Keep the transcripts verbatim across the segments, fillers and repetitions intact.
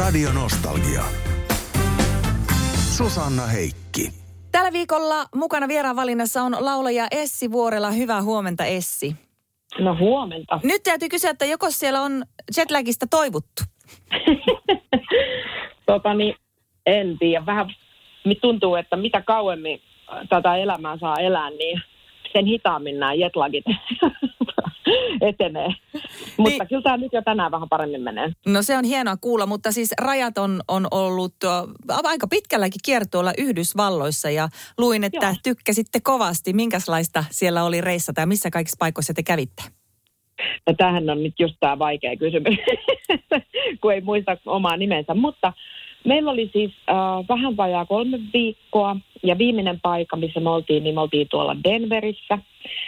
Radio Nostalgia. Susanna Heikki. Tällä viikolla mukana vieraanvalinnassa on laulaja Essi Vuorela. Hyvää huomenta, Essi. No huomenta. Nyt täytyy kysyä, että joko siellä on jetlagista toivuttu? Totani, en tiedä. Vähän tuntuu, että mitä kauemmin tätä elämää saa elää, niin sen hitaammin nämä jetlagit etenee. Mutta niin, kyllä tämä nyt jo tänään vähän paremmin menee. No se on hienoa kuulla, mutta siis rajat on, on ollut uh, aika pitkälläkin kiertueella Yhdysvalloissa ja luin, että Joo. tykkäsitte kovasti. Minkälaista siellä oli reissata ja missä kaikissa paikoissa te kävitte? No tämähän on nyt just tämä vaikea kysymys, kun ei muista omaa nimensä, mutta meillä oli siis äh, vähän vajaa kolme viikkoa ja viimeinen paikka, missä me oltiin, niin me oltiin tuolla Denverissä.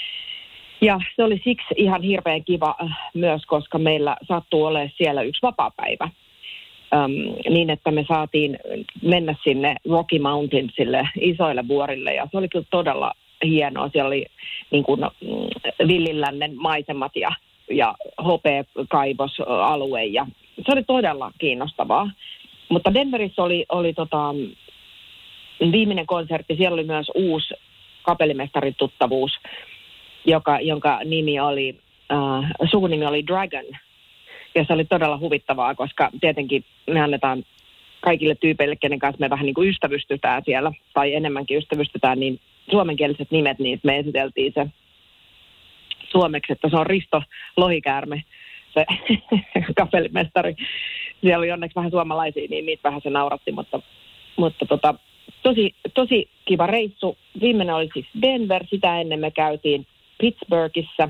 Ja se oli siksi ihan hirveän kiva äh, myös, koska meillä sattuu olemaan siellä yksi vapaapäivä. Ähm, niin, että me saatiin mennä sinne Rocky Mountainsille, isoille vuorille, ja se oli kyllä todella hienoa. Siellä oli niin kuin mm, villilännen maisemat ja, ja hopeakaivosalue, ja se oli todella kiinnostavaa. Mutta Denverissä oli, oli tota, viimeinen konsertti, siellä oli myös uusi kapellimestarin tuttavuus, joka, jonka nimi oli, äh, sukunimi oli Dragon. Ja se oli todella huvittavaa, koska tietenkin me annetaan kaikille tyypeille, kenen kanssa me vähän niin kuin ystävystytään siellä, tai enemmänkin ystävystytään, niin suomenkieliset nimet, niin me esiteltiin se suomeksi, että se on Risto Lohikäärme, se kapellimestari. Siellä oli onneksi vähän suomalaisia, niin niitä vähän se nauratti, mutta, mutta tota, tosi, tosi kiva reissu. Viimeinen oli siis Denver, sitä ennen me käytiin Pittsburghissa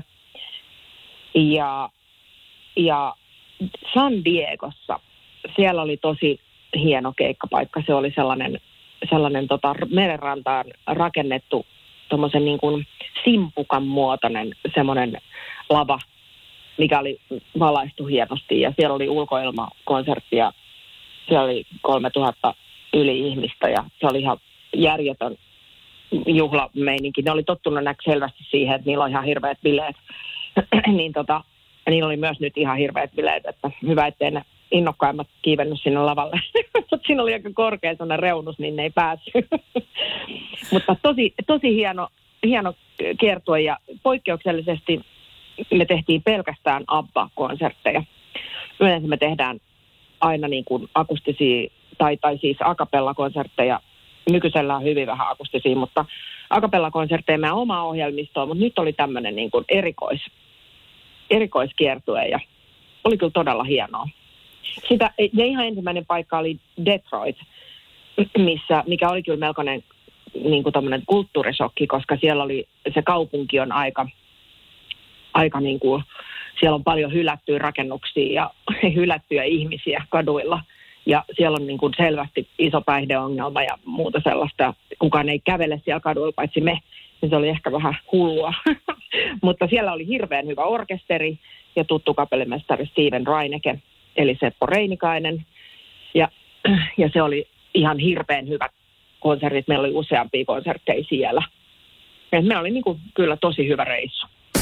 ja, ja San Diegossa. Siellä oli tosi hieno keikkapaikka. Se oli sellainen, sellainen tota, merenrantaan rakennettu tommosen niin kuin simpukan muotoinen semmoinen lava, mikä oli valaistu hienosti, ja siellä oli ulkoilmakonsertti, ja siellä oli kolmetuhatta yli ihmistä, ja se oli ihan järjetön juhlameininki. Ne oli tottunut näkö selvästi siihen, että niillä on ihan hirveät bileet, niin tota, niillä oli myös nyt ihan hirveät bileet, että hyvä, ettei ne innokkaimmat kiivennyt sinne lavalle. Mutta siinä oli aika korkea sellainen reunus, niin ne ei päässyt. Mutta tosi, tosi hieno, hieno kiertue, ja poikkeuksellisesti me tehtiin pelkästään ABBA-konsertteja. Yleensä me tehdään aina niin kuin akustisia, tai, tai siis a cappella-konsertteja. Nykyisellään hyvin vähän akustisia, mutta a cappella-konsertteja meidän omaa ohjelmistoa, mutta nyt oli tämmöinen niin kuin erikois, erikoiskiertue, ja oli kyllä todella hienoa. Sitä, ja ihan ensimmäinen paikka oli Detroit, missä, mikä oli kyllä melkoinen niin kuin tommoinen kulttuurisokki, koska siellä oli, se kaupunki on aika... aika niin kuin, siellä on paljon hylättyjä rakennuksia ja hylättyjä ihmisiä kaduilla. Ja siellä on niin kuin selvästi iso päihdeongelma ja muuta sellaista. Kukaan ei kävele siellä kaduilla, paitsi me. Niin se oli ehkä vähän hullua. Mutta siellä oli hirveän hyvä orkesteri ja tuttu kapellimestari Steven Reineke, eli Seppo Reinikainen. Ja, ja se oli ihan hirveän hyvät konsertit. Meillä oli useampia konsertteja siellä. Ja meillä oli niin kuin kyllä tosi hyvä reissu.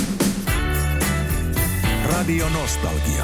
Radio Nostalgia.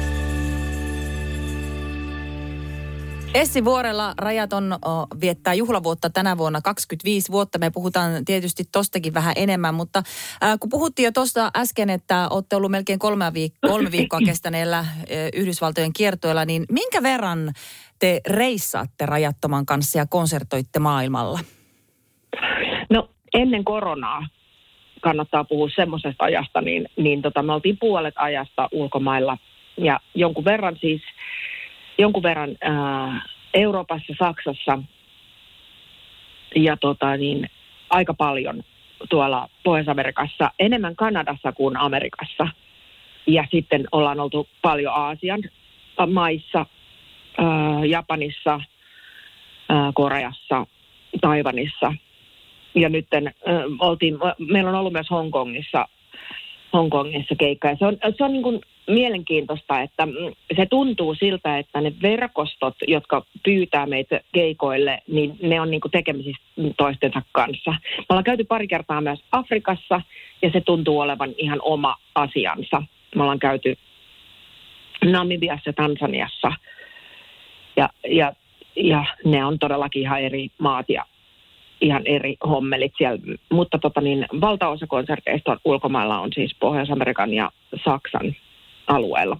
Essi Vuorela, Rajaton o, viettää juhlavuotta tänä vuonna kaksikymmentäviisi vuotta. Me puhutaan tietysti tostakin vähän enemmän, mutta äh, kun puhuttiin jo tuosta äsken, että olette ollut melkein kolme, viik- kolme viikkoa kestäneellä äh, Yhdysvaltojen kiertoilla, niin minkä verran te reissaatte Rajattoman kanssa ja konsertoitte maailmalla? No ennen koronaa kannattaa puhua semmoisesta ajasta, niin, niin tota, me oltiin puolet ajasta ulkomailla ja jonkun verran siis, jonkun verran ää, Euroopassa, Saksassa ja tota, niin, aika paljon tuolla Pohjois-Amerikassa, enemmän Kanadassa kuin Amerikassa. Ja sitten ollaan oltu paljon Aasian maissa, ää, Japanissa, ää, Koreassa, Taiwanissa. Ja nyt äh, oltiin, meillä on ollut myös Hongkongissa, Hongkongissa keikka. Ja se on, se on niin kuin mielenkiintoista, että se tuntuu siltä, että ne verkostot, jotka pyytää meitä keikoille, niin ne on niin kuin tekemisissä toistensa kanssa. Me ollaan käyty pari kertaa myös Afrikassa, ja se tuntuu olevan ihan oma asiansa. Me ollaan käyty Namibiassa ja Tansaniassa. Ja, ja, ja ne on todellakin ihan eri maat ja ihan eri hommelit siellä. Mutta tota niin, valtaosa konserteista on, ulkomailla on siis Pohjois-Amerikan ja Saksan alueella.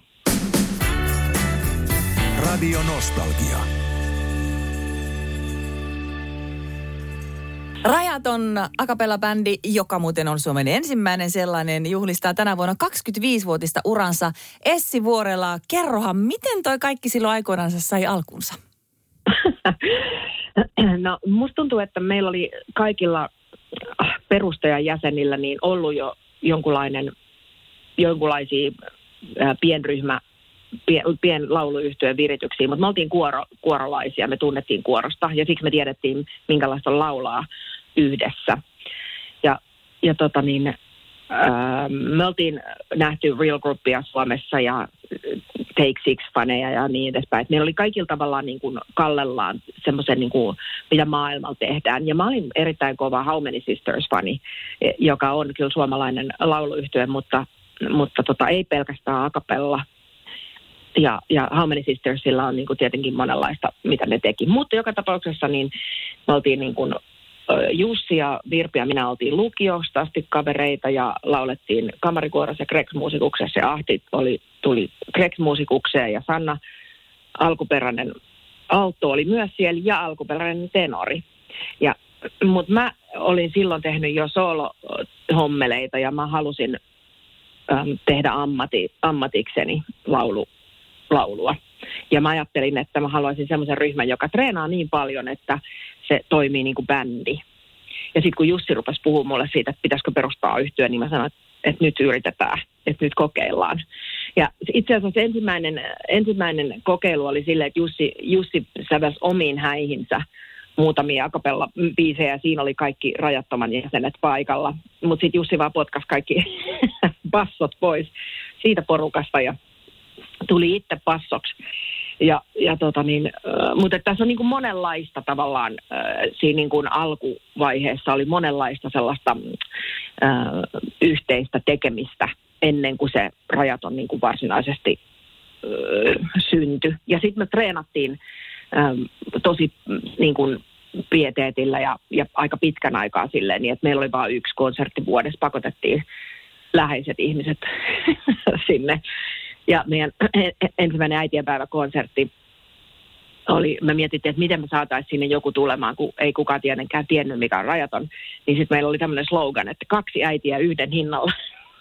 Radio Nostalgia. Rajaton a cappella-bändi, joka muuten on Suomen ensimmäinen sellainen, juhlistaa tänä vuonna kaksikymmentäviisivuotista uransa. Essi Vuorela, kerrohan, miten toi kaikki silloin aikoinaan sai alkunsa? No, musta tuntuu, että meillä oli kaikilla perustajajäsenillä niin ollut jo jonkunlainen, jonkunlaisia ää, pienryhmä, pien, pien lauluyhtyeen virityksiä, mutta me oltiin kuoro, kuorolaisia, me tunnettiin kuorosta ja siksi me tiedettiin, minkälaista on laulaa yhdessä. Ja, ja tota niin, ää, me oltiin nähty Real Groupia Suomessa ja Take Six-faneja ja niin edespäin. Meillä oli kaikilla tavallaan niin kuin kallellaan semmoisen, niin kuin, mitä maailmalla tehdään. Ja mä olin erittäin kova How Many Sisters-fani, joka on kyllä suomalainen lauluyhtye, mutta, mutta tota, ei pelkästään a cappella. Ja, ja How Many Sistersillä on niin kuin tietenkin monenlaista, mitä ne teki. Mutta joka tapauksessa niin me oltiin niin kuin Jussi ja Virpi ja minä oltiin lukiosta asti kavereita ja laulettiin kamarikuorossa ja Gregs-muusikuksessa. Ja Ahti oli, tuli Gregs-muusikukseen ja Sanna alkuperäinen alto oli myös siellä ja alkuperäinen tenori. Ja, mutta mä olin silloin tehnyt jo solo-hommeleita ja mä halusin äm, tehdä ammati, ammatikseni laulu, laulua. Ja mä ajattelin, että mä haluaisin semmoisen ryhmän, joka treenaa niin paljon, että se toimii niin kuin bändi. Ja sitten kun Jussi rupesi puhumaan mulle siitä, että pitäisikö perustaa yhtye, niin mä sanoin, että, että nyt yritetään, että nyt kokeillaan. Ja itse asiassa ensimmäinen, ensimmäinen kokeilu oli silleen, että Jussi, Jussi säväsi omiin häihinsä muutamia a cappella biisejä, ja siinä oli kaikki Rajattoman jäsenet paikalla. Mutta sitten Jussi vaan potkasi kaikki bassot pois siitä porukasta ja tuli itse passoksi. Ja, ja tota niin, äh, mutta tässä on niin kuin monenlaista tavallaan, äh, siinä niin kuin alkuvaiheessa oli monenlaista sellaista äh, yhteistä tekemistä ennen kuin se Rajaton niin kuin varsinaisesti äh, syntyi. Ja sitten me treenattiin äh, tosi niin kuin pieteetillä ja, ja aika pitkän aikaa silleen, niin että meillä oli vain yksi konsertti vuodessa, pakotettiin läheiset ihmiset sinne. Ja meidän ensimmäinen äitienpäiväkonsertti oli, me mietittiin, että miten me saataisiin sinne joku tulemaan, kun ei kukaan tietenkään tiennyt, mikä on Rajaton. Niin sitten meillä oli tämmöinen slogan, että kaksi äitiä yhden hinnalla.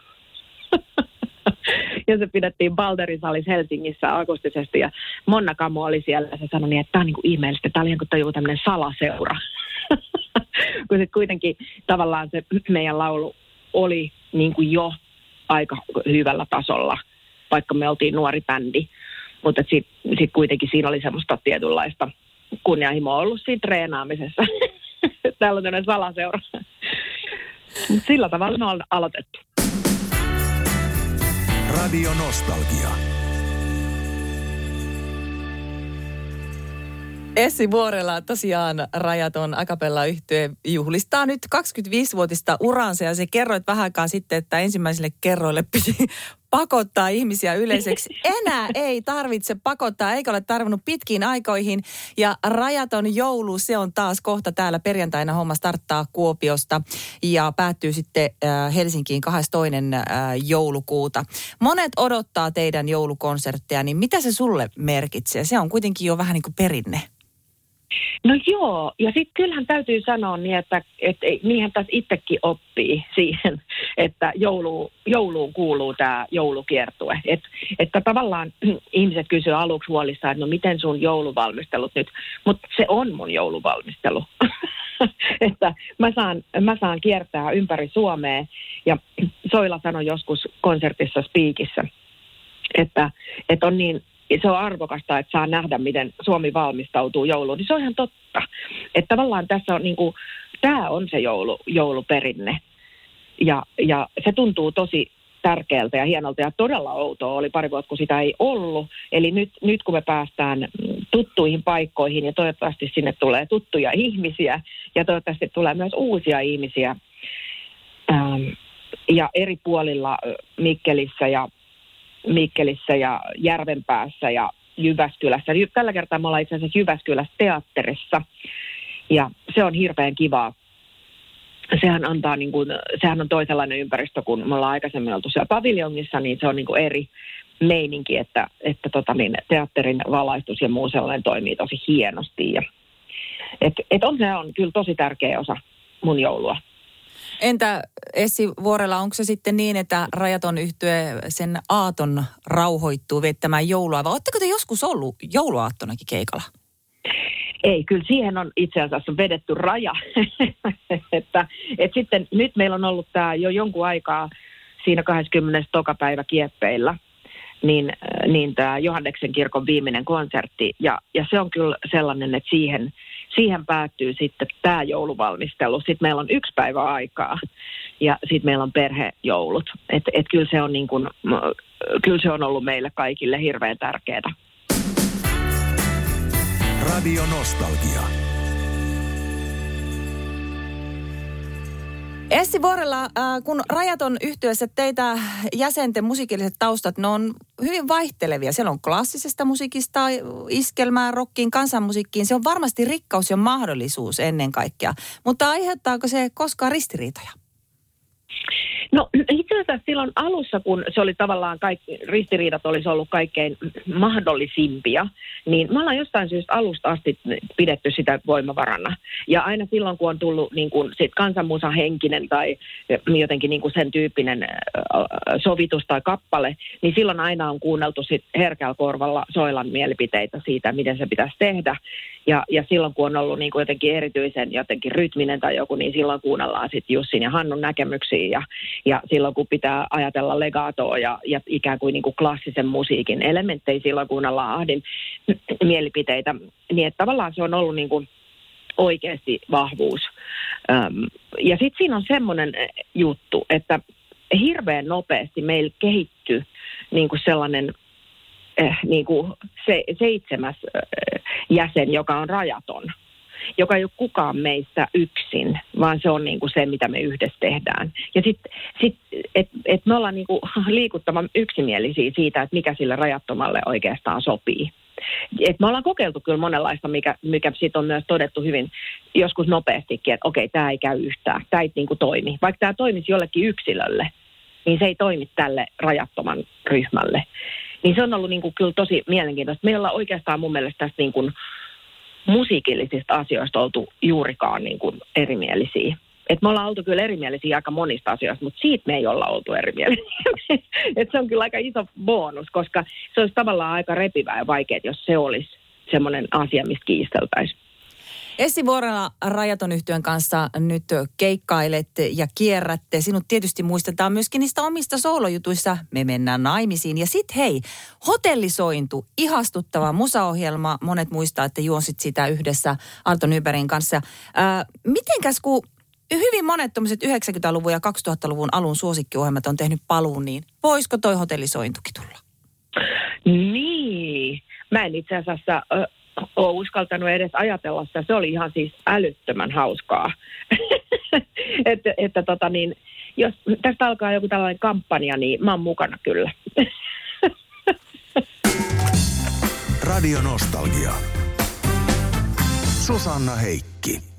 Ja se pidettiin Balderin salissa Helsingissä akustisesti. Ja Monna Kamo oli siellä ja se sanoi niin, että tämä on niin kuin ihmeellistä. Tämä oli niin kuin tämmöinen salaseura. Kun sitten kuitenkin tavallaan se meidän laulu oli niin kuin jo aika hyvällä tasolla, vaikka me oltiin nuori bändi. Mutta sitten sit kuitenkin siinä oli semmoista tietynlaista kunnianhimoa ollut siinä treenaamisessa. Täällä on tämmöinen salaseura. Mut sillä tavalla me ollaan aloitettu. Radio Nostalgia. Essi Vuorela, tosiaan Rajaton a cappella-yhtye juhlistaa nyt kaksikymmentäviisivuotista uransa ja se kerroit vähän aikaa sitten, että ensimmäisille kerroille piti pakottaa ihmisiä yleiseksi. Enää ei tarvitse pakottaa, eikä ole tarvinnut pitkiin aikoihin. Ja Rajaton joulu, se on taas kohta täällä perjantaina. Homma starttaa Kuopiosta ja päättyy sitten äh, Helsinkiin kahdestoinen äh, joulukuuta. Monet odottaa teidän joulukonsertteja, niin mitä se sulle merkitsee? Se on kuitenkin jo vähän niin kuin perinne. No joo, ja sitten kyllähän täytyy sanoa niin, että, että niinhän tässä itsekin oppii siihen, että joulu, jouluun kuuluu tämä joulukiertue. Et, että tavallaan ihmiset kysyy aluksi huolissaan, että no miten sun jouluvalmistelut nyt, mutta se on mun jouluvalmistelu. Että mä saan, mä saan kiertää ympäri Suomea, ja Soila sanoi joskus konsertissa Spiikissä, että, että on niin... se on arvokasta, että saa nähdä, miten Suomi valmistautuu jouluun. Niin se on ihan totta. Että tavallaan tässä on niin kuin, tämä on se joulu, jouluperinne. Ja, ja se tuntuu tosi tärkeältä ja hienolta ja todella outoa oli pari vuotta, kun sitä ei ollut. Eli nyt, nyt kun me päästään tuttuihin paikkoihin ja toivottavasti sinne tulee tuttuja ihmisiä ja toivottavasti tulee myös uusia ihmisiä. Ähm, ja eri puolilla Mikkelissä ja Mikkelissä ja Järvenpäässä ja Jyväskylässä. Tällä kertaa me ollaan itse asiassa Jyväskylässä teatterissa ja se on hirveän kivaa. Sehän antaa niin kuin, sehän on toisenlainen ympäristö, kun me ollaan aikaisemmin oltu siellä paviljongissa, niin se on niin kuin eri meininki, että, että tota niin, teatterin valaistus ja muu sellainen toimii tosi hienosti. Ja, et, et on se on kyllä tosi tärkeä osa mun joulua. Entä Essi Vuorela, onko se sitten niin, että Rajaton yhtye sen aaton rauhoittuu viettämään joulua, vai oletteko te joskus ollut jouluaattonakin keikalla? Ei, kyllä siihen on itse asiassa vedetty raja, että, että sitten nyt meillä on ollut tämä jo jonkun aikaa siinä kahdeskymmenes toka päivä Kieppeillä, niin, niin tämä Johanneksen kirkon viimeinen konsertti ja, ja se on kyllä sellainen, että siihen, siihen päättyy sitten tämä jouluvalmistelu. Sitten meillä on yksi päivä aikaa ja sitten meillä on perhejoulut, että et kyllä se on niin kuin, kyllä se on ollut meille kaikille hirveän tärkeää. Radio Nostalgia. Essi Vuorela, äh, kun Rajaton yhtyeessä teitä jäsenten musiikilliset taustat, ne on hyvin vaihtelevia. Siellä on klassisesta musiikista, iskelmään, rockiin, kansanmusiikkiin. Se on varmasti rikkaus ja mahdollisuus ennen kaikkea. Mutta aiheuttaako se koskaan ristiriitoja? No itse asiassa silloin alussa, kun se oli tavallaan kaikki, ristiriidat olisi ollut kaikkein mahdollisimpia, niin me ollaan jostain syystä alusta asti pidetty sitä voimavarana. Ja aina silloin, kun on tullut niin kuin sit kansanmusahenkinen tai jotenkin niin kuin sen tyyppinen sovitus tai kappale, niin silloin aina on kuunneltu sit herkällä korvalla Soilan mielipiteitä siitä, miten se pitäisi tehdä. Ja, ja silloin, kun on ollut niin kuin jotenkin erityisen jotenkin rytminen tai joku, niin silloin kuunnellaan sitten Jussin ja Hannun näkemyksiä. Ja, ja silloin, kun pitää ajatella legatoa ja, ja ikään kuin, niin kuin klassisen musiikin elementtejä, silloin kuunnellaan Ahdin mielipiteitä. Niin että tavallaan se on ollut niin kuin oikeasti vahvuus. Öm, ja sitten siinä on semmoinen juttu, että hirveän nopeasti meillä kehittyy niin kuin sellainen niin kuin se, seitsemäs jäsen, joka on rajaton, joka ei ole kukaan meistä yksin, vaan se on niin kuin se, mitä me yhdessä tehdään. Ja sitten, sit, että et me ollaan niin kuin liikuttavan yksimielisiä siitä, että mikä sille rajattomalle oikeastaan sopii. Et me ollaan kokeiltu kyllä monenlaista, mikä, mikä sitten on myös todettu hyvin joskus nopeastikin, että okei, tämä ei käy yhtään, tämä ei niin kuin toimi. Vaikka tämä toimisi jollekin yksilölle, niin se ei toimi tälle rajattoman ryhmälle. Niin se on ollut niin kuin kyllä tosi mielenkiintoista. Me ei olla oikeastaan mun mielestä tästä niin kuin musiikillisista asioista oltu juurikaan niin kuin erimielisiä. Et me ollaan oltu kyllä erimielisiä aika monista asioista, mutta siitä me ei olla oltu erimielisiä. Et se on kyllä aika iso bonus, koska se olisi tavallaan aika repivää ja vaikeaa, jos se olisi semmoinen asia, mistä kiisteltäisiin. Essi Vuorela, Rajaton yhtyeen kanssa nyt keikkailet ja kierrätte. Sinut tietysti muistetaan myöskin niistä omista soolojutuissa Me mennään naimisiin. Ja sit hei, Hotellisointu, ihastuttava musaohjelma. Monet muistaa, että juonsit sitä yhdessä Arto Nybergin kanssa. Ää, mitenkäs kun hyvin monet tommoset yhdeksänkymmentäluvun ja kaksituhattaluvun alun suosikkiohjelmat on tehnyt paluun, niin voisiko toi Hotellisointukin tulla? Niin, mä en itse asiassa Ö- ole uskaltanut edes ajatella sitä. Se oli ihan siis älyttömän hauskaa. että, että tota niin, jos tästä alkaa joku tällainen kampanja, niin mä oon mukana kyllä. Radio Nostalgia. Susanna Heikki.